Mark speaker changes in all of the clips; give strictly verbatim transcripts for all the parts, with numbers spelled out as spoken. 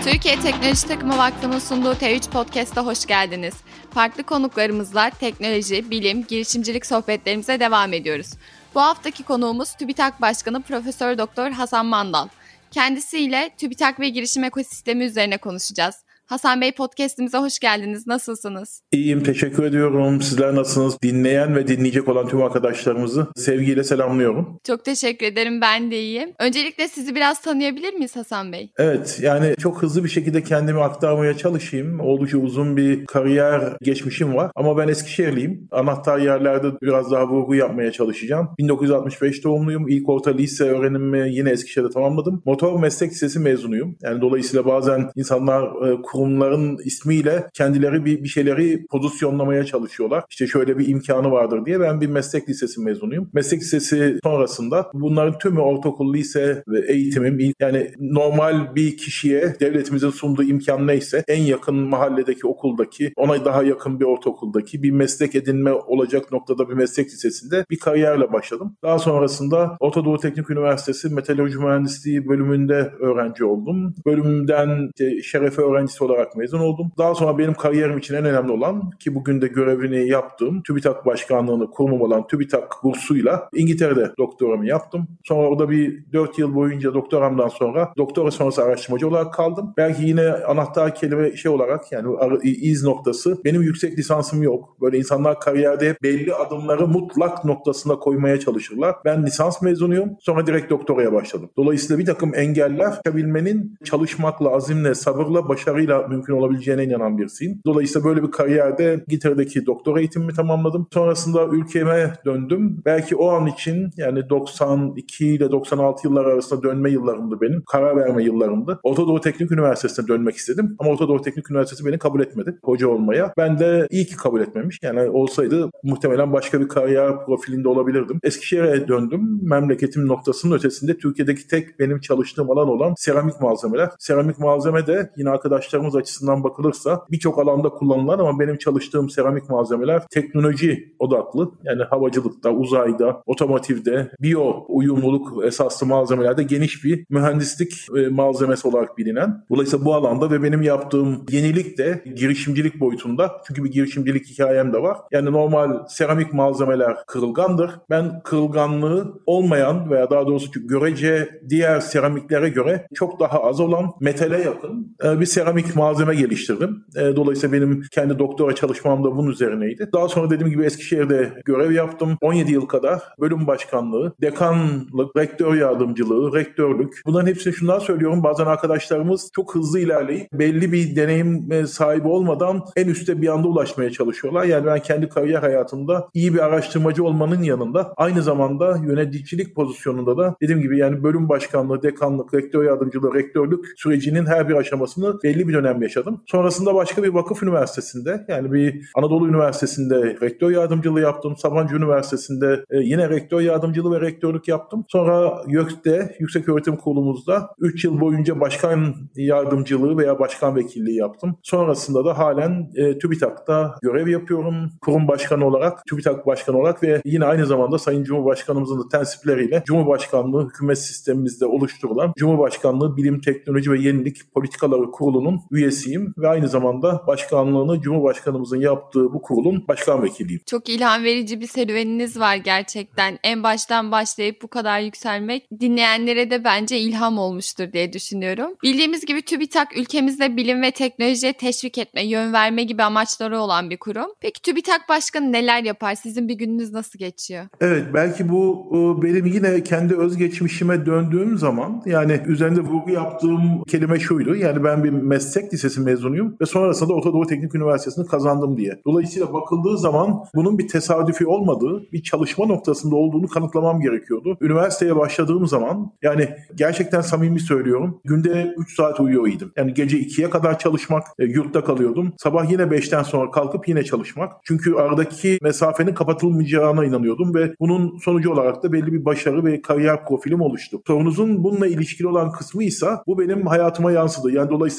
Speaker 1: Türkiye Teknoloji Takımı Vakfı'nın sunduğu T üç Podcast'a hoş geldiniz. Farklı konuklarımızla teknoloji, bilim, girişimcilik sohbetlerimize devam ediyoruz. Bu haftaki konuğumuz TÜBİTAK Başkanı Profesör Doktor Hasan Mandal. Kendisiyle TÜBİTAK ve girişim ekosistemi üzerine konuşacağız. Hasan Bey, podcast'imize hoş geldiniz. Nasılsınız?
Speaker 2: İyiyim, teşekkür ediyorum. Sizler nasılsınız? Dinleyen ve dinleyecek olan tüm arkadaşlarımızı sevgiyle selamlıyorum.
Speaker 1: Çok teşekkür ederim, ben de iyiyim. Öncelikle sizi biraz tanıyabilir miyiz Hasan Bey?
Speaker 2: Evet, yani çok hızlı bir şekilde kendimi aktarmaya çalışayım. Oldukça uzun bir kariyer geçmişim var. Ama ben Eskişehirliyim. Anahtar yerlerde biraz daha vurgu yapmaya çalışacağım. bin dokuz yüz altmış beş doğumluyum. İlk orta lise öğrenimimi yine Eskişehir'de tamamladım. Motor meslek lisesi mezunuyum. Yani dolayısıyla bazen insanlar kurumların ismiyle kendileri bir, bir şeyleri pozisyonlamaya çalışıyorlar. İşte şöyle bir imkanı vardır diye. Ben bir meslek lisesi mezunuyum. Meslek lisesi sonrasında bunların tümü ortaokul, lise ve eğitimim, yani normal bir kişiye devletimizin sunduğu imkan neyse en yakın mahalledeki okuldaki, ona daha yakın bir ortaokuldaki bir meslek edinme olacak noktada bir meslek lisesinde bir kariyerle başladım. Daha sonrasında Orta Doğu Teknik Üniversitesi Meteoroloji Mühendisliği bölümünde öğrenci oldum. Bölümden işte şerefe öğrencisi olarak mezun oldum. Daha sonra benim kariyerim için en önemli olan, ki bugün de görevini yaptığım TÜBİTAK Başkanlığı'nı kurumum olan TÜBİTAK bursuyla İngiltere'de doktoramı yaptım. Sonra orada bir dört yıl boyunca doktoramdan sonra doktora sonrası araştırmacı olarak kaldım. Belki yine anahtar kelime şey olarak, yani iz noktası, benim yüksek lisansım yok. Böyle insanlar kariyerde hep belli adımları mutlak noktasında koymaya çalışırlar. Ben lisans mezunuyum. Sonra direkt doktoraya başladım. Dolayısıyla bir takım engeller aşabilmenin çalışmakla, azimle, sabırla, başarıyla mümkün olabileceğine inanan birisiyim. Dolayısıyla böyle bir kariyerde İngiltere'deki doktora eğitimimi tamamladım. Sonrasında ülkeme döndüm. Belki o an için, yani doksan iki ile doksan altı yıllar arasında dönme yıllarımdı benim. Karar verme yıllarımdı. Orta Doğu Teknik Üniversitesi'ne dönmek istedim. Ama Orta Doğu Teknik Üniversitesi beni kabul etmedi hoca olmaya. Ben de iyi ki kabul etmemiş. Yani olsaydı muhtemelen başka bir kariyer profilinde olabilirdim. Eskişehir'e döndüm. Memleketim noktasının ötesinde Türkiye'deki tek benim çalıştığım alan olan seramik malzemeler. Seramik malzeme de yine arkadaşlarımız açısından bakılırsa birçok alanda kullanılan, ama benim çalıştığım seramik malzemeler teknoloji odaklı. Yani havacılıkta, uzayda, otomotivde, biyo uyumluluk esaslı malzemelerde geniş bir mühendislik e, malzemesi olarak bilinen. Dolayısıyla bu alanda ve benim yaptığım yenilik de girişimcilik boyutunda. Çünkü bir girişimcilik hikayem de var. Yani normal seramik malzemeler kırılgandır. Ben kırılganlığı olmayan veya daha doğrusu görece diğer seramiklere göre çok daha az olan, metale yakın e, bir seramik malzeme geliştirdim. E, dolayısıyla benim kendi doktora çalışmam da bunun üzerineydi. Daha sonra dediğim gibi Eskişehir'de görev yaptım. on yedi yıl kadar bölüm başkanlığı, dekanlık, rektör yardımcılığı, rektörlük. Bunların hepsini şundan söylüyorum. Bazen arkadaşlarımız çok hızlı ilerleyip belli bir deneyim sahibi olmadan en üste bir anda ulaşmaya çalışıyorlar. Yani ben kendi kariyer hayatımda iyi bir araştırmacı olmanın yanında aynı zamanda yöneticilik pozisyonunda da dediğim gibi, yani bölüm başkanlığı, dekanlık, rektör yardımcılığı, rektörlük sürecinin her bir aşamasını belli bir dönem yaşadım. Sonrasında başka bir vakıf üniversitesinde, yani bir Anadolu Üniversitesi'nde rektör yardımcılığı yaptım. Sabancı Üniversitesi'nde e, yine rektör yardımcılığı ve rektörlük yaptım. Sonra YÖK'te, Yükseköğretim Kurulumuzda üç yıl boyunca başkan yardımcılığı veya başkan vekilliği yaptım. Sonrasında da halen e, TÜBİTAK'ta görev yapıyorum. Kurum başkanı olarak, TÜBİTAK başkanı olarak ve yine aynı zamanda Sayın Cumhurbaşkanımızın da tensipleriyle Cumhurbaşkanlığı hükümet sistemimizde oluşturulan Cumhurbaşkanlığı Bilim, Teknoloji ve Yenilik Politikaları Kurulu'nun üyesiyim ve aynı zamanda başkanlığını Cumhurbaşkanımızın yaptığı bu kurulun başkan vekiliyim.
Speaker 1: Çok ilham verici bir serüveniniz var gerçekten. En baştan başlayıp bu kadar yükselmek dinleyenlere de bence ilham olmuştur diye düşünüyorum. Bildiğimiz gibi TÜBİTAK ülkemizde bilim ve teknolojiye teşvik etme, yön verme gibi amaçları olan bir kurum. Peki TÜBİTAK Başkanı neler yapar? Sizin bir gününüz nasıl geçiyor?
Speaker 2: Evet, belki bu benim yine kendi özgeçmişime döndüğüm zaman, yani üzerinde vurgu yaptığım kelime şuydu. Yani ben bir meslek lisesi mezunuyum ve sonrasında Orta Doğu Teknik Üniversitesi'ni kazandım diye. Dolayısıyla bakıldığı zaman bunun bir tesadüfi olmadığı, bir çalışma noktasında olduğunu kanıtlamam gerekiyordu. Üniversiteye başladığım zaman, yani gerçekten samimi söylüyorum, günde üç saat uyuyor idim. Yani gece ikiye kadar çalışmak, e, yurtta kalıyordum. Sabah yine beşten sonra kalkıp yine çalışmak. Çünkü aradaki mesafenin kapatılmayacağına inanıyordum ve bunun sonucu olarak da belli bir başarı ve kariyer profilim oluştu. Sorunuzun bununla ilişkili olan kısmı ise bu benim hayatıma yansıdı. Yani dolayısıyla insanlar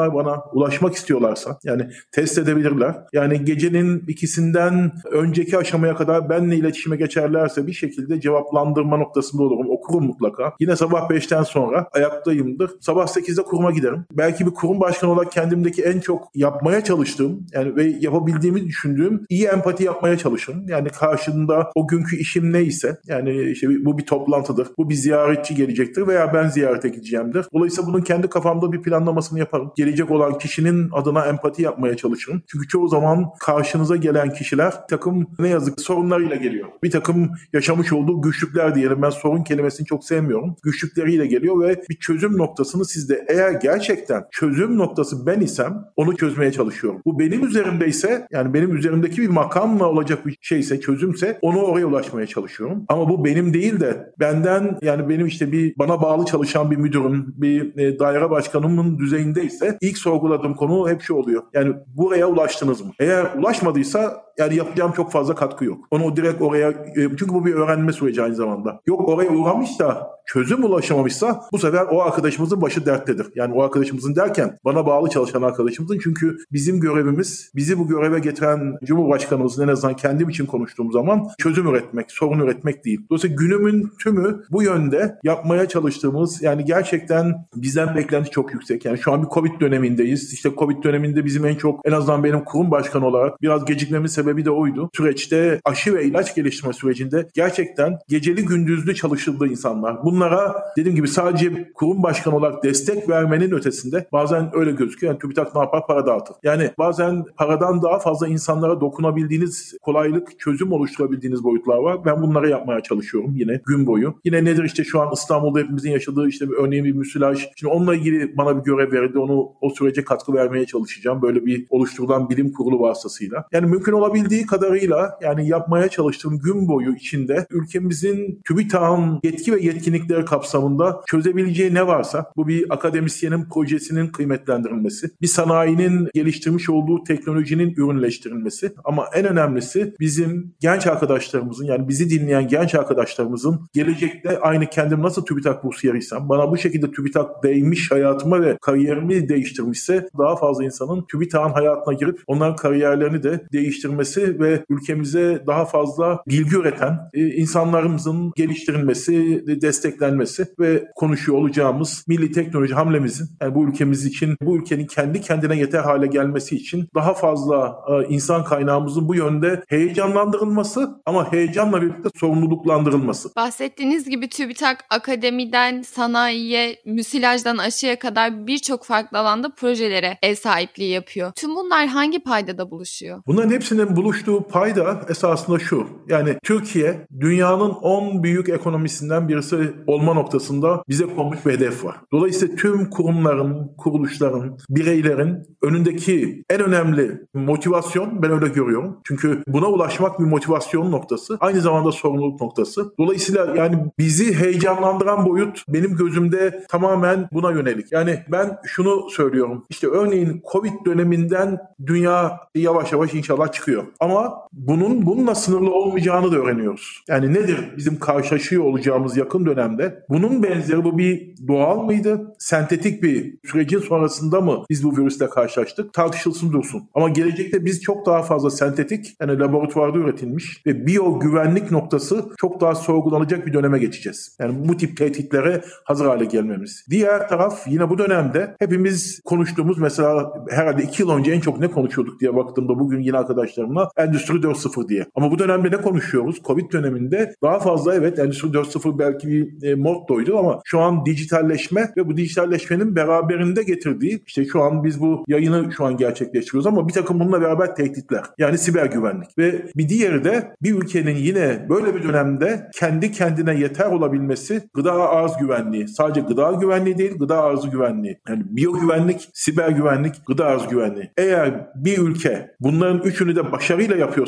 Speaker 2: insanlar bana ulaşmak istiyorlarsa, yani test edebilirler. Yani gecenin ikisinden önceki aşamaya kadar benimle iletişime geçerlerse bir şekilde cevaplandırma noktasında olurum. Okurum mutlaka. Yine sabah beşten sonra ayaktayımdır. Sabah sekizde kuruma giderim. Belki bir kurum başkanı olarak kendimdeki en çok yapmaya çalıştığım yani ve yapabildiğimi düşündüğüm iyi empati yapmaya çalışırım. Yani karşında o günkü işim neyse, yani işte bu bir toplantıdır, bu bir ziyaretçi gelecektir veya ben ziyarete gideceğimdir. Dolayısıyla bunun kendi kafamda bir planlamasını yaparım. Gelecek olan kişinin adına empati yapmaya çalışırım. Çünkü çoğu zaman karşınıza gelen kişiler bir takım ne yazık sorunlarıyla geliyor. Bir takım yaşamış olduğu güçlükler diyelim. Ben sorun kelimesini çok sevmiyorum. Güçlükleriyle geliyor ve bir çözüm noktasını sizde, eğer gerçekten çözüm noktası ben isem onu çözmeye çalışıyorum. Bu benim üzerimdeyse, yani benim üzerimdeki bir makamla olacak bir şeyse, çözümse onu oraya ulaşmaya çalışıyorum. Ama bu benim değil de benden, yani benim işte bir bana bağlı çalışan bir müdürüm, bir e, daire başkanımın düzeyindeyse ilk sorguladığım konu hep şu oluyor. Yani buraya ulaştınız mı? Eğer ulaşmadıysa yani yapacağım çok fazla katkı yok. Onu direkt oraya, çünkü bu bir öğrenme süreci aynı zamanda. Yok oraya uğramış da çözüm ulaşamamışsa bu sefer o arkadaşımızın başı derttedir. Yani o arkadaşımızın derken bana bağlı çalışan arkadaşımızın, çünkü bizim görevimiz, bizi bu göreve getiren Cumhurbaşkanımızın, en azından kendim için konuştuğum zaman, çözüm üretmek, sorun üretmek değil. Dolayısıyla günümün tümü bu yönde yapmaya çalıştığımız, yani gerçekten bizden beklenti çok yüksek. Yani şu an bir Covid dönemindeyiz. İşte Covid döneminde bizim en çok, en azından benim kurum başkanı olarak biraz gecikmemin sebebi de oydu. Süreçte aşı ve ilaç geliştirme sürecinde gerçekten geceli gündüzlü çalışıldı insanlar. Bunlara dediğim gibi sadece kurum başkanı olarak destek vermenin ötesinde bazen öyle gözüküyor. Yani TÜBİTAK ne yapar? Para dağıtır. Yani bazen paradan daha fazla insanlara dokunabildiğiniz, kolaylık, çözüm oluşturabildiğiniz boyutlar var. Ben bunları yapmaya çalışıyorum yine gün boyu. Yine nedir işte şu an İstanbul'da hepimizin yaşadığı işte bir, örneğin bir müsilaj. Şimdi onunla ilgili bana bir görev verildi. Onu o sürece katkı vermeye çalışacağım. Böyle bir oluşturulan bilim kurulu vasıtasıyla. Yani mümkün olabildiği kadarıyla yani yapmaya çalıştığım gün boyu içinde ülkemizin TÜBİTAK'ın yetki ve yetkinlikleri kapsamında çözebileceği ne varsa, bu bir akademisyenin projesinin kıymetlendirilmesi, bir sanayinin geliştirmiş olduğu teknolojinin ürünleştirilmesi, ama en önemlisi bizim genç arkadaşlarımızın, yani bizi dinleyen genç arkadaşlarımızın gelecekte aynı kendim nasıl TÜBİTAK bursiyeriysem, bana bu şekilde TÜBİTAK değmiş hayatıma ve kariyerimi değiştirmişse, daha fazla insanın TÜBİTAK'ın hayatına girip onların kariyerlerini de değiştirmesi ve ülkemize daha fazla bilgi üreten insanlarımızın geliştirilmesi, desteklenmesi ve konuşuyor olacağımız milli teknoloji hamlemizin, yani bu ülkemiz için, bu ülkenin kendi kendine yeter hale gelmesi için daha fazla insan kaynağımızın bu yönde heyecanlandırılması, ama heyecanla birlikte sorumluluklandırılması.
Speaker 1: Bahsettiğiniz gibi TÜBİTAK akademiden sanayiye, müsilajdan aşıya kadar birçok farklı alanda projelere ev sahipliği yapıyor. Tüm bunlar hangi paydada buluşuyor?
Speaker 2: Bunların hepsinin buluştuğu payda esasında şu. Yani Türkiye dünyanın on büyük ekonomisinden birisi olma noktasında bize konmuş bir hedef var. Dolayısıyla tüm kurumların, kuruluşların, bireylerin önündeki en önemli motivasyon, ben öyle görüyorum. Çünkü buna ulaşmak bir motivasyon noktası, aynı zamanda sorumluluk noktası. Dolayısıyla yani bizi heyecanlandıran boyut benim gözümde tamamen buna yönelik. Yani ben şunu söylüyorum. İşte örneğin Covid döneminden dünya yavaş yavaş inşallah çıkıyor. Ama bunun bununla sınırlı olmayacağını da öğreniyoruz. Yani nedir bizim karşılaşıyor olacağımız yakın dönemde? Bunun benzeri, bu bir doğal mıydı? Sentetik bir sürecin sonrasında mı biz bu virüsle karşılaştık? Tartışılsın dursun. Ama gelecekte biz çok daha fazla sentetik, yani laboratuvarda üretilmiş ve biyo güvenlik noktası çok daha sorgulanacak bir döneme geçeceğiz. Yani bu tip tehditlere hazır hale gelmemiz. Diğer taraf, yine bu dönemde hepimiz konuştuğumuz, mesela herhalde iki yıl önce en çok ne konuşuyorduk diye baktığımda bugün yine arkadaşlarımla, Endüstri dört nokta sıfır diye. Ama bu dönemde ne konuşuyoruz? Covid döneminde daha fazla, evet, Endüstri dört nokta sıfır belki bir e, mottoydu, ama şu an dijitalleşme ve bu dijitalleşmenin beraberinde getirdiği, işte şu an biz bu yayını şu an gerçekleştiriyoruz, ama bir takım bununla beraber tehditler. Yani siber güvenlik. Ve bir diğeri de bir ülkenin yine böyle bir dönemde kendi kendine yeter olabilmesi, gıda arz güvenliği. Sadece gıda güvenliği değil, gıda arzı güvenliği. Yani biyo güvenlik, siber güvenlik, gıda arz güvenliği. Eğer bir ülke bunların üçünü de başarıyla yapıyorsa,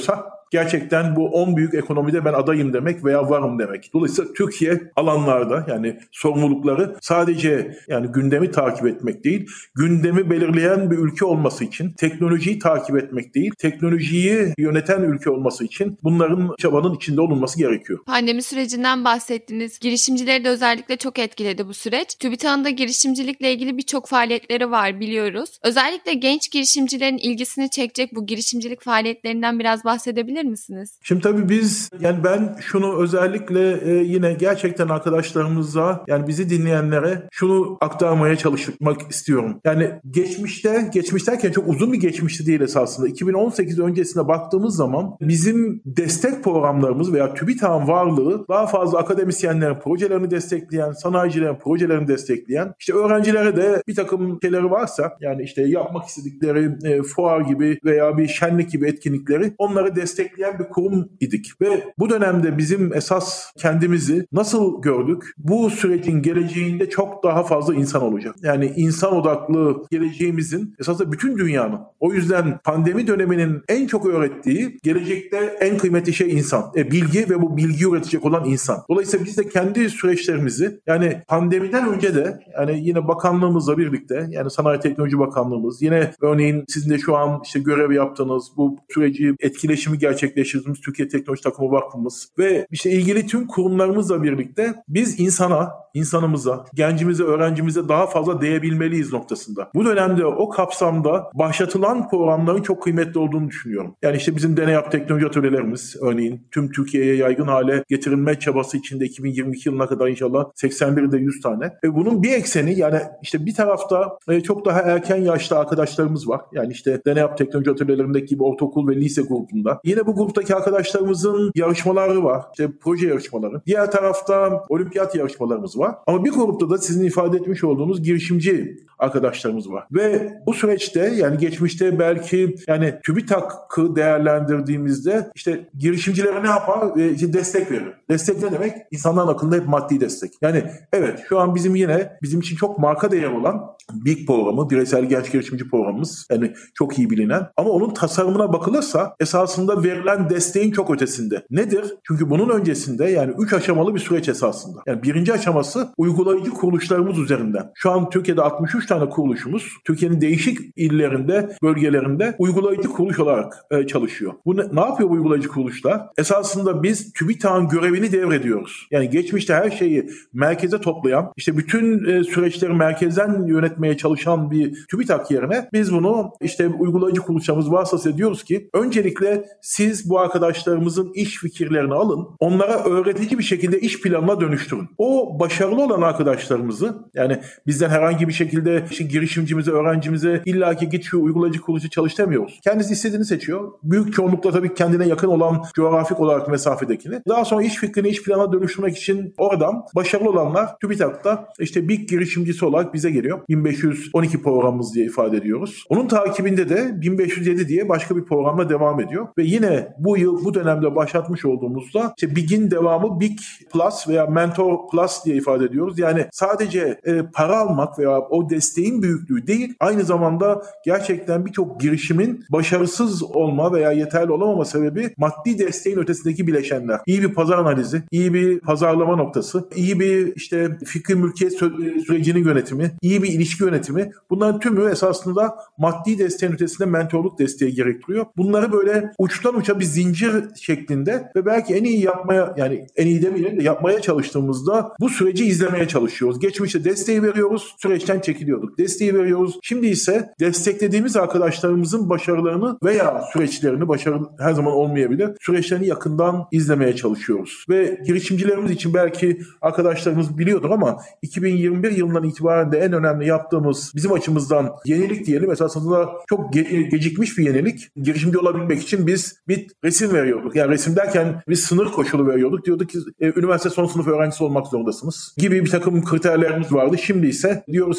Speaker 2: gerçekten bu on büyük ekonomide ben adayım demek veya varım demek. Dolayısıyla Türkiye alanlarda yani sorumlulukları sadece yani gündemi takip etmek değil, gündemi belirleyen bir ülke olması için, teknolojiyi takip etmek değil, teknolojiyi yöneten ülke olması için bunların çabanın içinde olunması gerekiyor.
Speaker 1: Pandemi sürecinden bahsettiniz. Girişimcileri de özellikle çok etkiledi bu süreç. TÜBİTAK'ın da girişimcilikle ilgili birçok faaliyetleri var biliyoruz. Özellikle genç girişimcilerin ilgisini çekecek bu girişimcilik faaliyetlerinden biraz bahsedebilir misiniz?
Speaker 2: Şimdi tabii biz yani ben şunu özellikle e, yine gerçekten arkadaşlarımıza yani bizi dinleyenlere şunu aktarmaya çalışmak istiyorum. Yani geçmişte, geçmiş derken çok uzun bir geçmişte değil esasında. iki bin on sekiz öncesine baktığımız zaman bizim destek programlarımız veya TÜBİTAK'ın varlığı daha fazla akademisyenlerin projelerini destekleyen, sanayicilerin projelerini destekleyen, işte öğrencilere de bir takım şeyleri varsa yani işte yapmak istedikleri e, fuar gibi veya bir şenlik gibi etkinlikleri onları destekleyen bir kurum idik. Ve bu dönemde bizim esas kendimizi nasıl gördük? Bu sürecin geleceğinde çok daha fazla insan olacak. Yani insan odaklı geleceğimizin esasında bütün dünyanın. O yüzden pandemi döneminin en çok öğrettiği gelecekte en kıymetli şey insan. E, bilgi ve bu bilgi üretecek olan insan. Dolayısıyla biz de kendi süreçlerimizi yani pandemiden önce de yani yine bakanlığımızla birlikte yani Sanayi Teknoloji Bakanlığımız yine örneğin sizin de şu an işte görev yaptığınız bu süreci etkileşimi gerçekleştirdiğimiz Türkiye Teknoloji Takımı Vakfımız ve işte ilgili tüm kurumlarımızla birlikte biz insana, insanımıza, gencimize, öğrencimize daha fazla değebilmeliyiz noktasında. Bu dönemde o kapsamda başlatılan programların çok kıymetli olduğunu düşünüyorum. Yani işte bizim deney yap teknoloji atölyelerimiz örneğin tüm Türkiye'ye yaygın hale getirilme çabası içinde iki bin yirmi iki yılına kadar inşallah seksen birde yüz tane. E bunun bir ekseni yani işte bir tarafta e, çok daha erken yaşta arkadaşlarımız var. Yani işte deney yap teknoloji atölyelerindeki gibi ortaokul ve lise grubunda. Yine bu gruptaki arkadaşlarımızın yarışmaları var. İşte proje yarışmaları. Diğer tarafta olimpiyat yarışmalarımız var. Ama bir grupta da sizin ifade etmiş olduğunuz girişimci arkadaşlarımız var. Ve bu süreçte yani geçmişte belki yani TÜBİTAK'ı değerlendirdiğimizde işte girişimcilere ne yapar? E, işte destek verir. Destek ne demek? İnsanların akılında hep maddi destek. Yani evet şu an bizim yine bizim için çok marka değeri olan BİG programı, bireysel genç girişimci programımız yani çok iyi bilinen ama onun tasarımına bakılırsa esasında verilen desteğin çok ötesinde. Nedir? Çünkü bunun öncesinde yani üç aşamalı bir süreç esasında. Yani birinci aşaması uygulayıcı kuruluşlarımız üzerinden. Şu an Türkiye'de altmış üç tane kuruluşumuz Türkiye'nin değişik illerinde, bölgelerinde uygulayıcı kuruluş olarak e, çalışıyor. Bu ne, ne yapıyor bu uygulayıcı kuruluşlar? Esasında biz TÜBİTAK'ın görevini devrediyoruz. Yani geçmişte her şeyi merkeze toplayan, işte bütün e, süreçleri merkezden yönetmeye çalışan bir TÜBİTAK yerine biz bunu işte uygulayıcı kuruluşlarımız varsa diyoruz ki öncelikle siz bu arkadaşlarımızın iş fikirlerini alın, onlara öğretici bir şekilde iş planına dönüştürün. O başarılı olan arkadaşlarımızı yani bizden herhangi bir şekilde işte girişimcimize, öğrencimize illaki git şu uygulayıcı kuruluşu çalış demiyoruz. Kendisi istediğini seçiyor. Büyük çoğunlukla tabii kendine yakın olan coğrafik olarak mesafedekini. Daha sonra iş fikrini iş planına dönüştürmek için oradan başarılı olanlar TÜBİTAK'ta işte BİG girişimcisi olarak bize geliyor. bin beş yüz on iki programımız diye ifade ediyoruz. Onun takibinde de bin beş yüz yedi diye başka bir programla devam ediyor. Ve yine bu yıl bu dönemde başlatmış olduğumuzda işte BİG'in devamı BİG Plus veya Mentor Plus diye ifade ediyoruz. Yani sadece e, para almak veya o desteğin büyüklüğü değil, aynı zamanda gerçekten birçok girişimin başarısız olma veya yeterli olamama sebebi maddi desteğin ötesindeki bileşenler. İyi bir pazar analizi, iyi bir pazarlama noktası, iyi bir işte fikri mülkiyet sürecinin yönetimi, iyi bir ilişki yönetimi. Bunların tümü esasında maddi desteğin ötesinde mentorluk desteği gerektiriyor. Bunları böyle uçtan uça bir zincir şeklinde ve belki en iyi yapmaya yani en iyi demeyelim de yapmaya çalıştığımızda bu süreci izlemeye çalışıyoruz. Geçmişte desteği veriyoruz, süreçten çekiliyorduk. Desteği veriyoruz. Şimdi ise desteklediğimiz arkadaşlarımızın başarılarını veya süreçlerini, başarı her zaman olmayabilir, süreçlerini yakından izlemeye çalışıyoruz. Ve girişimcilerimiz için belki arkadaşlarımız biliyordur ama iki bin yirmi bir yılından itibaren de en önemli yaptığımız bizim açımızdan yenilik diyelim. Esasında çok ge- gecikmiş bir yenilik. Girişimci olabilmek için biz bir resim veriyorduk. Yani resim derken biz sınır koşulu veriyorduk. Diyorduk ki e, üniversite son sınıf öğrencisi olmak zorundasınız gibi bir takım kriterlerimiz vardı. Şimdi ise diyoruz ki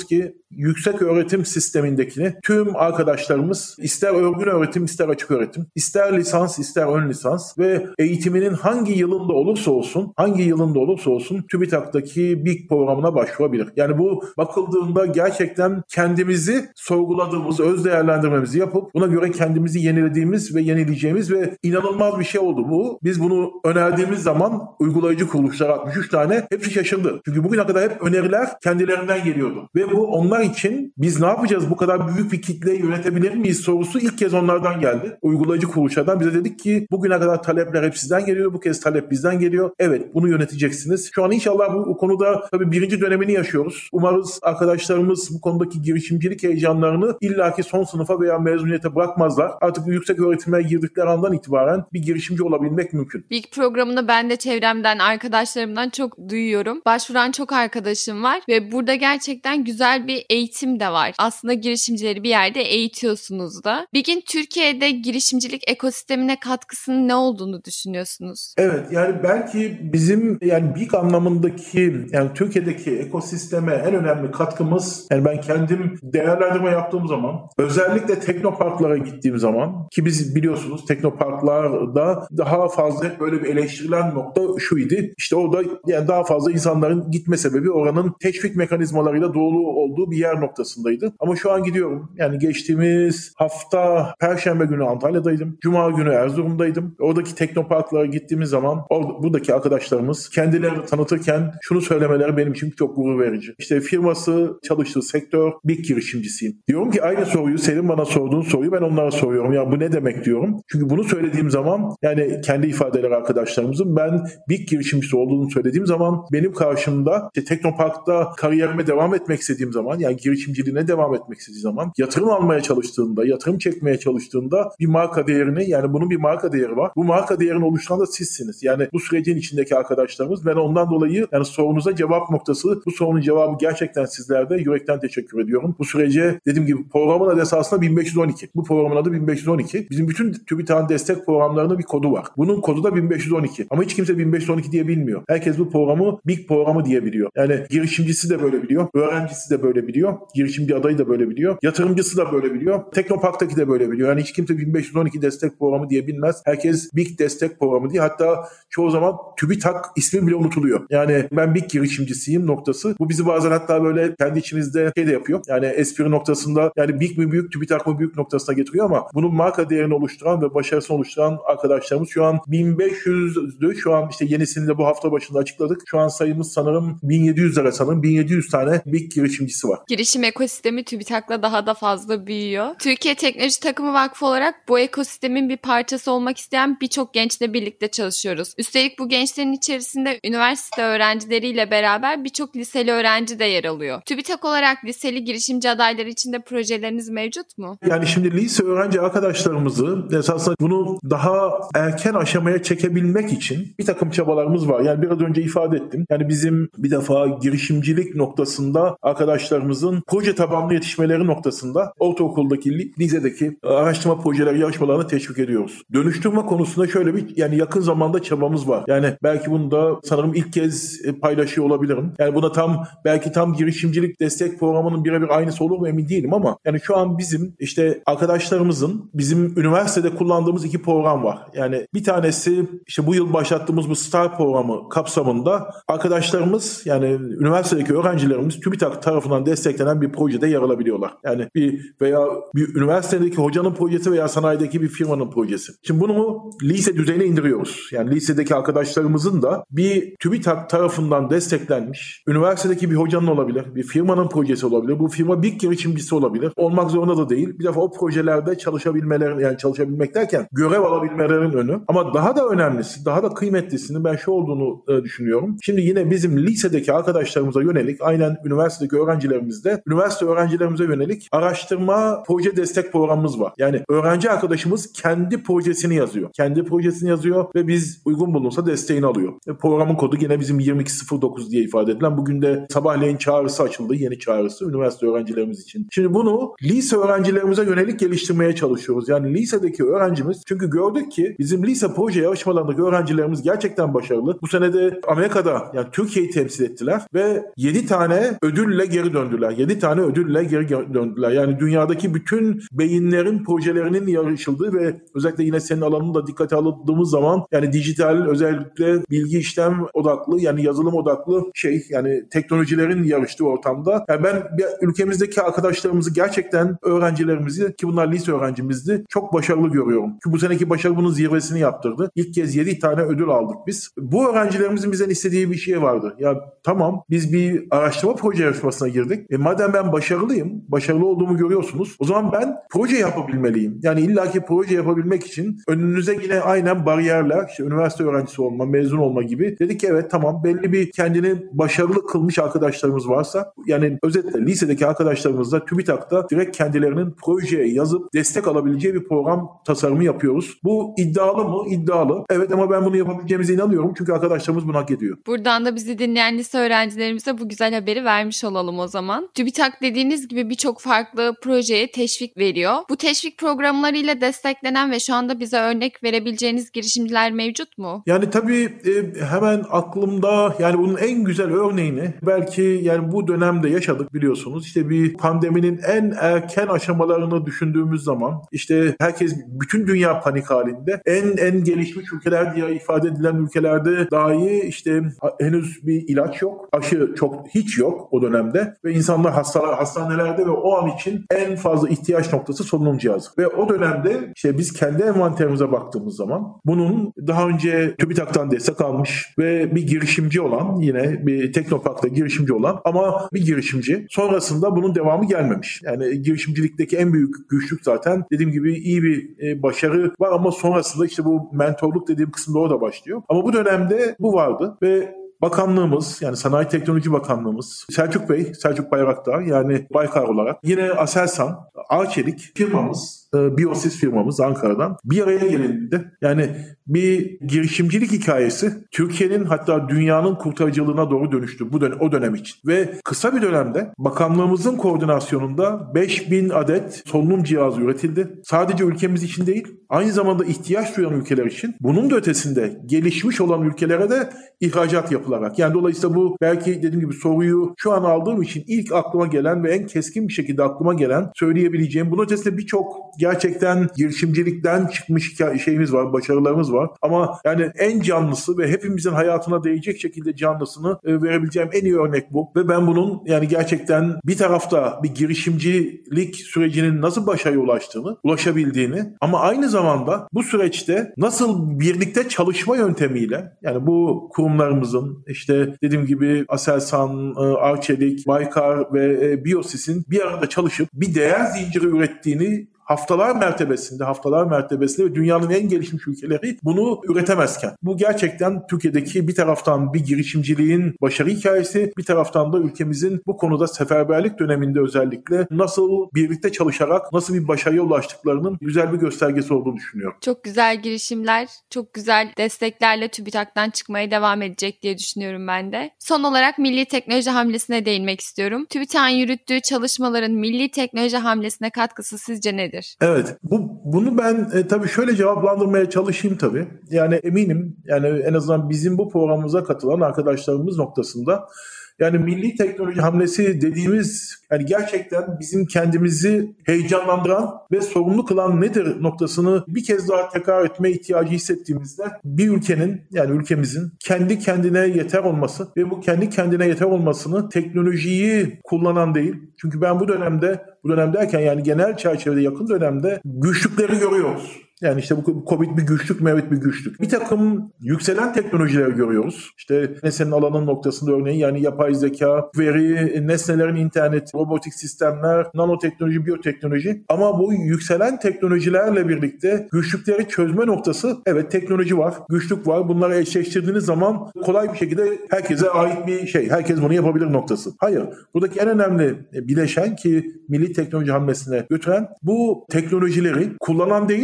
Speaker 2: yüksek öğretim sistemindeki tüm arkadaşlarımız ister örgün öğretim ister açık öğretim, ister lisans ister ön lisans ve eğitiminin hangi yılında olursa olsun, hangi yılında olursa olsun TÜBİTAK'taki B İ K programına başvurabilir. Yani bu bakıldığında gerçekten kendimizi sorguladığımız, öz değerlendirmemizi yapıp buna göre kendimizi yenilediğimiz ve yenileyeceğimiz ve inanılmaz bir şey oldu bu. Biz bunu önerdiğimiz zaman uygulayıcı kuruluşlar altmış üç tane hepsi şaşırdı. Çünkü bugüne kadar hep öneriler kendilerinden geliyordu. Ve bu onlar için biz ne yapacağız, bu kadar büyük bir kitleyi yönetebilir miyiz sorusu ilk kez onlardan geldi. Uygulayıcı kuruluşlardan bize dedik ki bugüne kadar talepler hep sizden geliyor, bu kez talep bizden geliyor. Evet, bunu yöneteceksiniz. Şu an inşallah bu, bu konuda tabii birinci dönemini yaşıyoruz. Umarız arkadaşlarımız bu konudaki girişimcilik heyecanlarını illaki son sınıfa veya mezuniyete bırakmazlar. Artık yüksek öğretime girdikleri andan itibaren bir girişimci olabilmek mümkün.
Speaker 1: B İ K programını ben de çevremden, arkadaşlarımdan çok duyuyorum. Başvuran çok arkadaşım var ve burada gerçekten güzel bir eğitim de var. Aslında girişimcileri bir yerde eğitiyorsunuz da. B İ K'in Türkiye'de girişimcilik ekosistemine katkısının ne olduğunu düşünüyorsunuz?
Speaker 2: Evet, yani belki bizim yani B İ K anlamındaki, yani Türkiye'deki ekosisteme en önemli katkımız, yani ben kendim değerlendirme yaptığım zaman, özellikle teknoparklara gittiğim zaman, ki biz biliyorsunuz teknoparklarda daha fazla böyle bir eleştirilen nokta şuydu. İşte orada yani daha fazla insanların gitme sebebi oranın teşvik mekanizmalarıyla dolu olduğu bir yer noktasındaydı. Ama şu an gidiyorum. Yani geçtiğimiz hafta Perşembe günü Antalya'daydım. Cuma günü Erzurum'daydım. Oradaki teknoparklara gittiğimiz zaman orada, buradaki arkadaşlarımız kendilerini tanıtırken şunu söylemeleri benim için çok gurur verici. İşte firması, çalıştığı sektör, B İ K girişimcisiyim. Diyorum ki aynı soruyu, senin bana sorduğun soruyu ben onlara soruyorum. Ya bu ne demek diyorum. Çünkü bunu söylediğim zaman, yani kendi ifadeleri arkadaşlarımızın, ben B İ K girişimcisi olduğunu söylediğim zaman benim karşımda işte Teknopark'ta kariyerime devam etmek istediğim zaman, yani girişimciliğine devam etmek istediğim zaman, yatırım almaya çalıştığında, yatırım çekmeye çalıştığında bir marka değerini, yani bunun bir marka değeri var. Bu marka değerini oluşturan da sizsiniz. Yani bu sürecin içindeki arkadaşlarımız. Ben ondan dolayı yani sorunuza cevap noktası, bu sorunun cevabı gerçekten sizlerde. Yürekten teşekkür ediyorum. Bu sürece dediğim gibi programın adı esasında bin beş yüz on iki. Bu programın adı bin beş yüz on iki. Bizim bütün TÜBİTAK'ın destek programlarının bir kodu var. Bunun kodu da bin beş yüz on iki. Ama hiç kimse bin beş yüz on iki diye bilmiyor. Herkes bu programı B İ K programı diye biliyor. Yani girişimcisi de böyle biliyor. Öğrencisi de böyle biliyor. Girişimci adayı da böyle biliyor. Yatırımcısı da böyle biliyor. Teknopark'taki de böyle biliyor. Yani hiç kimse bin beş yüz on iki destek programı diye bilmez. Herkes B İ K destek programı diye. Hatta çoğu zaman TÜBİTAK ismi bile unutuluyor. Yani ben B İ K girişimcisiyim noktası. Bu bizi bazen hatta böyle kendi içimizde şey de yapıyor. Yani espri noktasında, yani B İ K mi büyük, TÜBİTAK mı büyük noktasına getiriyor ama bunun marka değerini oluşturan ve başarısını oluşturan arkadaşlarımız şu an bin beş yüzdü. Şu an işte yenisini de bu hafta başında açıkladık. Şu an sayımız sanırım bin yedi yüzlere sanırım. bin yedi yüz tane B İ K girişimcisi var.
Speaker 1: Girişim ekosistemi TÜBİTAK'la daha da fazla büyüyor. Türkiye Teknoloji Takımı Vakfı olarak bu ekosistemin bir parçası olmak isteyen birçok gençle birlikte çalışıyoruz. Üstelik bu gençlerin içerisinde üniversite öğrencileriyle beraber birçok liseli öğrenci de yer alıyor. TÜBİTAK olarak liseli girişimci adayları için de projeleriniz mevcut mu?
Speaker 2: Yani şimdi lise öğrenci arkadaşlarımızı esasında bunu daha erken aşamaya çekebilmek için bir takım çabalarımız var. Yani biraz önce ifade ettim. Yani bizim bir defa girişimcilik noktasında arkadaşlarımızın proje tabanlı yetişmeleri noktasında ortaokuldaki, lisedeki araştırma projeleri, yarışmalarını teşvik ediyoruz. Dönüştürme konusunda şöyle bir yani yakın zamanda çabamız var. Yani belki bunu da sanırım ilk kez paylaşıyor olabilirim. Yani buna tam belki tam girişimcilik destek programının birebir aynısı olur mu emin değilim ama yani şu an bizim işte arkadaşlarımızın bizim üniversitede kullandığımız iki program var. Yani bir tanesi işte bu yıl başlattığımız bu STAR programı kapsamında arkadaşlarımız, yani üniversitedeki öğrencilerimiz TÜBİTAK tarafından desteklenen bir projede yer alabiliyorlar. Yani bir veya bir üniversitedeki hocanın projesi veya sanayideki bir firmanın projesi. Şimdi bunu lise düzeyine indiriyoruz. Yani lisedeki arkadaşlarımızın da bir TÜBİTAK tarafından desteklenmiş üniversitedeki bir hocanın olabilir, bir firmanın projesi olabilir. Bu firma bir girişimcisi olabilir. Olmak zorunda da değil. Bir defa o projelerde çalışabilmeleri, yani çalışabilmek derken görev alabilmelerinin önü. Ama daha da önemlisi, daha da kıymetlisini ben şu olduğunu e, düşünüyorum. Şimdi yine bizim lisedeki arkadaşlarımıza yönelik, aynen üniversitedeki öğrencilerimizde, üniversite öğrencilerimize yönelik araştırma proje destek programımız var. Yani öğrenci arkadaşımız kendi projesini yazıyor. Kendi projesini yazıyor ve biz uygun bulunursa desteğini alıyor. E, programın kodu yine bizim yirmi iki sıfır dokuz diye ifade edilen. Bugün de sabahleyin çağrısı açıldı. Yeni çağrısı üniversite öğrencilerimiz için. Şimdi bunu lise öğrencilerimize yönelik geliştirmeye çalışıyoruz. Yani lisedeki öğrencimiz, çünkü gördük ki bizim lise proje yarışmalarındaki öğrencilerimiz gerçekten başarılı. Bu sene de Amerika'da yani Türkiye'yi temsil ettiler ve yedi tane ödülle geri döndüler. döndüler. yedi tane ödülle geri döndüler. Yani dünyadaki bütün beyinlerin projelerinin yarışıldığı ve özellikle yine senin alanını da dikkate aldığımız zaman yani dijital, özellikle bilgi işlem odaklı, yani yazılım odaklı şey, yani teknolojilerin yarıştığı ortamda. Yani ben ülkemizdeki arkadaşlarımızı, gerçekten öğrencilerimizi, ki bunlar lise öğrencimizdi, çok başarılı görüyorum. Ki bu seneki başarı bunun zirvesini yaptırdı. İlk kez yedi tane ödül aldık biz. Bu öğrencilerimizin bizden istediği bir şey vardı. Ya tamam, biz bir araştırma proje yarışmasına girdik. E madem ben başarılıyım, başarılı olduğumu görüyorsunuz, o zaman ben proje yapabilmeliyim. Yani illaki proje yapabilmek için önünüze yine aynen bariyerler, işte üniversite öğrencisi olma, mezun olma gibi. Dedik ki evet tamam, belli bir kendini başarılı kılmış arkadaşlarımız varsa, yani özetle lisedeki arkadaşlarımızla TÜBİTAK'ta direkt kendilerinin projeye yazıp destek alabileceği bir program tasarımı yapıyoruz. Bu iddialı mı? İddialı. Evet, ama ben bunu yapabileceğimize inanıyorum. Çünkü arkadaşlarımız bunu hak ediyor.
Speaker 1: Buradan da bizi dinleyen lise öğrencilerimize bu güzel haberi vermiş olalım o zaman. TÜBİTAK dediğiniz gibi birçok farklı projeye teşvik veriyor. Bu teşvik programlarıyla desteklenen ve şu anda bize örnek verebileceğiniz girişimciler mevcut mu?
Speaker 2: Yani tabii e, hemen aklımda, yani bunun en güzel örneğini belki yani bu dönemde yaşadık, biliyorsunuz. İşte bir pandeminin en erken aşamalarını düşündüğümüz zaman işte herkes, bütün dünya panik halinde. En en gelişmiş ülkeler diye ifade edilen ülkelerde dahi işte henüz bir ilaç yok. Aşı çok hiç yok o dönemde ve insanlar hasta, hastanelerde ve o an için en fazla ihtiyaç noktası solunum cihazı. Ve o dönemde işte biz kendi envanterimize baktığımız zaman bunun daha önce TÜBİTAK'tan destek almış ve bir girişimci olan, yine bir Teknopark'ta girişimci olan ama bir girişimci, sonrasında bunun devamı gelmemiş. Yani girişimcilikteki en büyük güçlük zaten dediğim gibi iyi bir e, başarı var ama sonrasında işte bu mentorluk dediğim kısımda orada başlıyor. Ama bu dönemde bu vardı ve bakanlığımız, yani Sanayi Teknoloji Bakanlığımız, Selçuk Bey, Selçuk Bayraktar, yani Baykar olarak, yine Aselsan, Arçelik firmamız, e, Biosys firmamız Ankara'dan bir araya gelindi. Yani bir girişimcilik hikayesi Türkiye'nin, hatta dünyanın kurtarıcılığına doğru dönüştü bu dönem, o dönem için. Ve kısa bir dönemde bakanlığımızın koordinasyonunda beş bin adet solunum cihazı üretildi. Sadece ülkemiz için değil, aynı zamanda ihtiyaç duyan ülkeler için, bunun da ötesinde gelişmiş olan ülkelere de ihracat yapılarak. Yani dolayısıyla bu, belki dediğim gibi soruyu şu an aldığım için ilk aklıma gelen ve en keskin bir şekilde aklıma gelen söyleyebileceğim. Bunun ötesinde birçok gerçekten girişimcilikten çıkmış şeyimiz var, başarılarımız var. Ama yani en canlısı ve hepimizin hayatına değecek şekilde canlısını verebileceğim en iyi örnek bu. Ve ben bunun yani gerçekten bir tarafta bir girişimcilik sürecinin nasıl başarıya ulaştığını, ulaşabildiğini, ama aynı zamanda bu süreçte nasıl birlikte çalışma yöntemiyle, yani bu kurumlarımızın, işte dediğim gibi Aselsan, Arçelik, Baykar ve Biosys'in bir arada çalışıp bir değer zinciri ürettiğini haftalar mertebesinde, haftalar mertebesinde ve dünyanın en gelişmiş ülkeleri bunu üretemezken. Bu gerçekten Türkiye'deki bir taraftan bir girişimciliğin başarı hikayesi, bir taraftan da ülkemizin bu konuda seferberlik döneminde özellikle nasıl birlikte çalışarak nasıl bir başarıya ulaştıklarının güzel bir göstergesi olduğunu düşünüyorum.
Speaker 1: Çok güzel girişimler, çok güzel desteklerle TÜBİTAK'tan çıkmaya devam edecek diye düşünüyorum ben de. Son olarak milli teknoloji hamlesine değinmek istiyorum. TÜBİTAK'ın yürüttüğü çalışmaların milli teknoloji hamlesine katkısı sizce nedir?
Speaker 2: Evet. Bu bunu ben e, tabii şöyle cevaplandırmaya çalışayım tabii. Yani eminim, yani en azından bizim bu programımıza katılan arkadaşlarımız noktasında, yani milli teknoloji hamlesi dediğimiz, yani gerçekten bizim kendimizi heyecanlandıran ve sorumlu kılan nedir noktasını bir kez daha tekrar etme ihtiyacı hissettiğimizde, bir ülkenin, yani ülkemizin kendi kendine yeter olması ve bu kendi kendine yeter olmasını teknolojiyi kullanan değil. Çünkü ben bu dönemde, bu dönem derken yani genel çerçevede yakın dönemde güçlükleri görüyoruz. Yani işte bu Covid bir güçlük mü? Evet, bir güçlük. Bir takım yükselen teknolojileri görüyoruz. İşte senin alanın noktasında örneğin, yani yapay zeka, veri, nesnelerin interneti, robotik sistemler, nanoteknoloji, biyoteknoloji. Ama bu yükselen teknolojilerle birlikte güçlükleri çözme noktası, evet teknoloji var, güçlük var. Bunları eşleştirdiğiniz zaman kolay bir şekilde herkese ait bir şey. Herkes bunu yapabilir noktası. Hayır. Buradaki en önemli bileşen, ki milli teknoloji hamlesine götüren, bu teknolojileri kullanan değil, bunu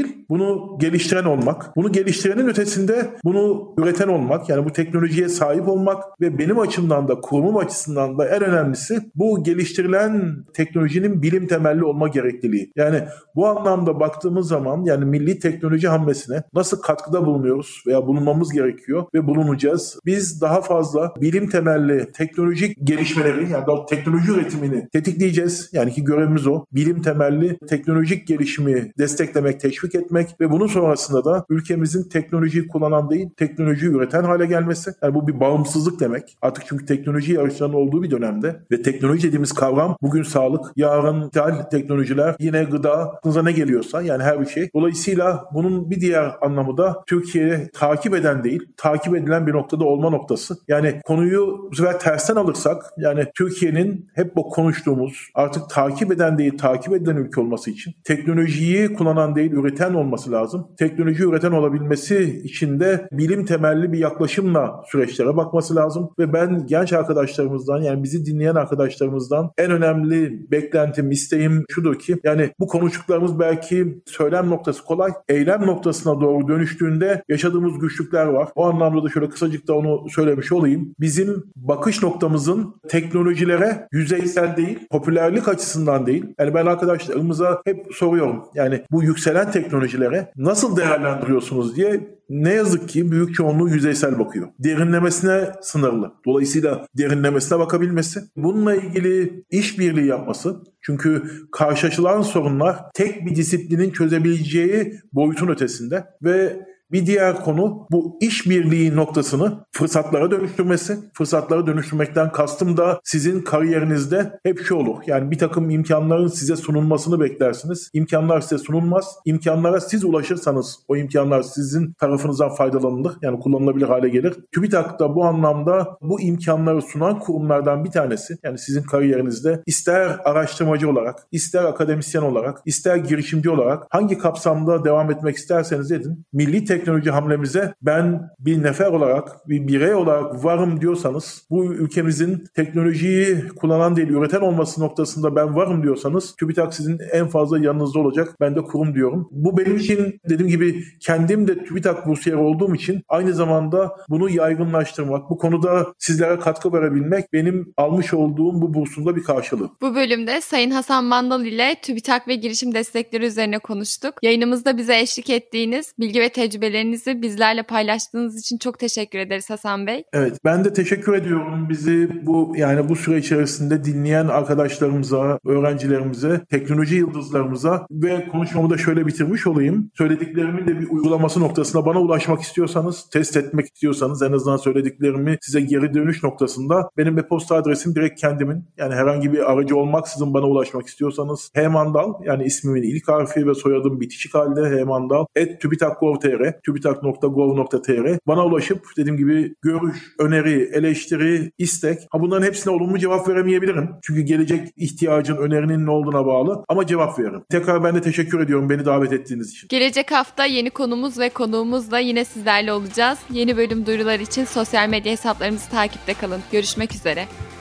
Speaker 2: bunu geliştiren olmak. Bunu geliştirenin ötesinde bunu üreten olmak. Yani bu teknolojiye sahip olmak ve benim açımdan da kurumum açısından da en önemlisi bu geliştirilen teknolojinin bilim temelli olma gerekliliği. Yani bu anlamda baktığımız zaman yani milli teknoloji hamlesine nasıl katkıda bulunuyoruz veya bulunmamız gerekiyor ve bulunacağız. Biz daha fazla bilim temelli teknolojik gelişmeleri yani teknoloji üretimini tetikleyeceğiz. Yani ki görevimiz o. Bilim temelli teknolojik gelişimi desteklemek, teşvik etmek ve bunun sonrasında da ülkemizin teknolojiyi kullanan değil, teknolojiyi üreten hale gelmesi. Yani bu bir bağımsızlık demek. Artık çünkü teknoloji yarışlarının olduğu bir dönemde ve teknoloji dediğimiz kavram bugün sağlık, yarın ithal teknolojiler, yine gıda, aklınıza ne geliyorsa yani her bir şey. Dolayısıyla bunun bir diğer anlamı da Türkiye'yi takip eden değil, takip edilen bir noktada olma noktası. Yani konuyu bu sefer tersten alırsak yani Türkiye'nin hep bu konuştuğumuz artık takip eden değil, takip edilen ülke olması için teknolojiyi kullanan değil, üreten olması lazım. Teknoloji üreten olabilmesi için de bilim temelli bir yaklaşımla süreçlere bakması lazım ve ben genç arkadaşlarımızdan yani bizi dinleyen arkadaşlarımızdan en önemli beklentim, isteğim şudur ki yani bu konuştuklarımız belki söylem noktası kolay, eylem noktasına doğru dönüştüğünde yaşadığımız güçlükler var. O anlamda da şöyle kısacık da onu söylemiş olayım. Bizim bakış noktamızın teknolojilere yüzeysel değil, popülerlik açısından değil. Yani ben arkadaşlarımıza hep soruyorum. Yani bu yükselen teknolojilere nasıl değerlendiriyorsunuz diye. Ne yazık ki büyük çoğunluğu yüzeysel bakıyor. Derinlemesine sınırlı. Dolayısıyla derinlemesine bakabilmesi, bununla ilgili işbirliği yapması. Çünkü karşılaşılan sorunlar tek bir disiplinin çözebileceği boyutun ötesinde ve bir diğer konu bu işbirliği noktasını fırsatlara dönüştürmesi. Fırsatlara dönüştürmekten kastım da sizin kariyerinizde hep şu olur. Yani bir takım imkanların size sunulmasını beklersiniz. İmkanlar size sunulmaz. İmkanlara siz ulaşırsanız o imkanlar sizin tarafınızdan faydalanılır. Yani kullanılabilir hale gelir. TÜBİTAK da bu anlamda bu imkanları sunan kurumlardan bir tanesi. Yani sizin kariyerinizde ister araştırmacı olarak, ister akademisyen olarak, ister girişimci olarak hangi kapsamda devam etmek isterseniz edin. Milli teknoloji hamlemize ben bir nefer olarak, bir birey olarak varım diyorsanız, bu ülkemizin teknolojiyi kullanan değil, üreten olması noktasında ben varım diyorsanız, TÜBİTAK sizin en fazla yanınızda olacak. Ben de kurum diyorum. Bu benim için dediğim gibi kendim de TÜBİTAK bursiyeri olduğum için aynı zamanda bunu yaygınlaştırmak, bu konuda sizlere katkı verebilmek benim almış olduğum bu bursumda bir karşılığı.
Speaker 1: Bu bölümde Sayın Hasan Mandal ile TÜBİTAK ve girişim destekleri üzerine konuştuk. Yayınımızda bize eşlik ettiğiniz bilgi ve tecrübelerinizi bizlerle paylaştığınız için çok teşekkür ederiz Hasan Bey.
Speaker 2: Evet, ben de teşekkür ediyorum bizi bu yani bu süre içerisinde dinleyen arkadaşlarımıza, öğrencilerimize, teknoloji yıldızlarımıza ve konuşmamı da şöyle bitirmiş olayım. Söylediklerimin de bir uygulaması noktasında bana ulaşmak istiyorsanız, test etmek istiyorsanız en azından söylediklerimi size geri dönüş noktasında benim e-posta adresim direkt kendimin. Yani herhangi bir aracı olmaksızın bana ulaşmak istiyorsanız hmandal yani ismimin ilk harfi ve soyadım bitişik halde hmandal at tubitak nokta gov nokta tr tubitak nokta gov nokta tr bana ulaşıp dediğim gibi görüş, öneri, eleştiri, istek. Ha bunların hepsine olumlu cevap veremeyebilirim. Çünkü gelecek ihtiyacın, önerinin ne olduğuna bağlı ama cevap veririm. Tekrar ben de teşekkür ediyorum beni davet ettiğiniz için.
Speaker 1: Gelecek hafta yeni konumuz ve konuğumuzla yine sizlerle olacağız. Yeni bölüm duyurular için sosyal medya hesaplarımızı takipte kalın. Görüşmek üzere.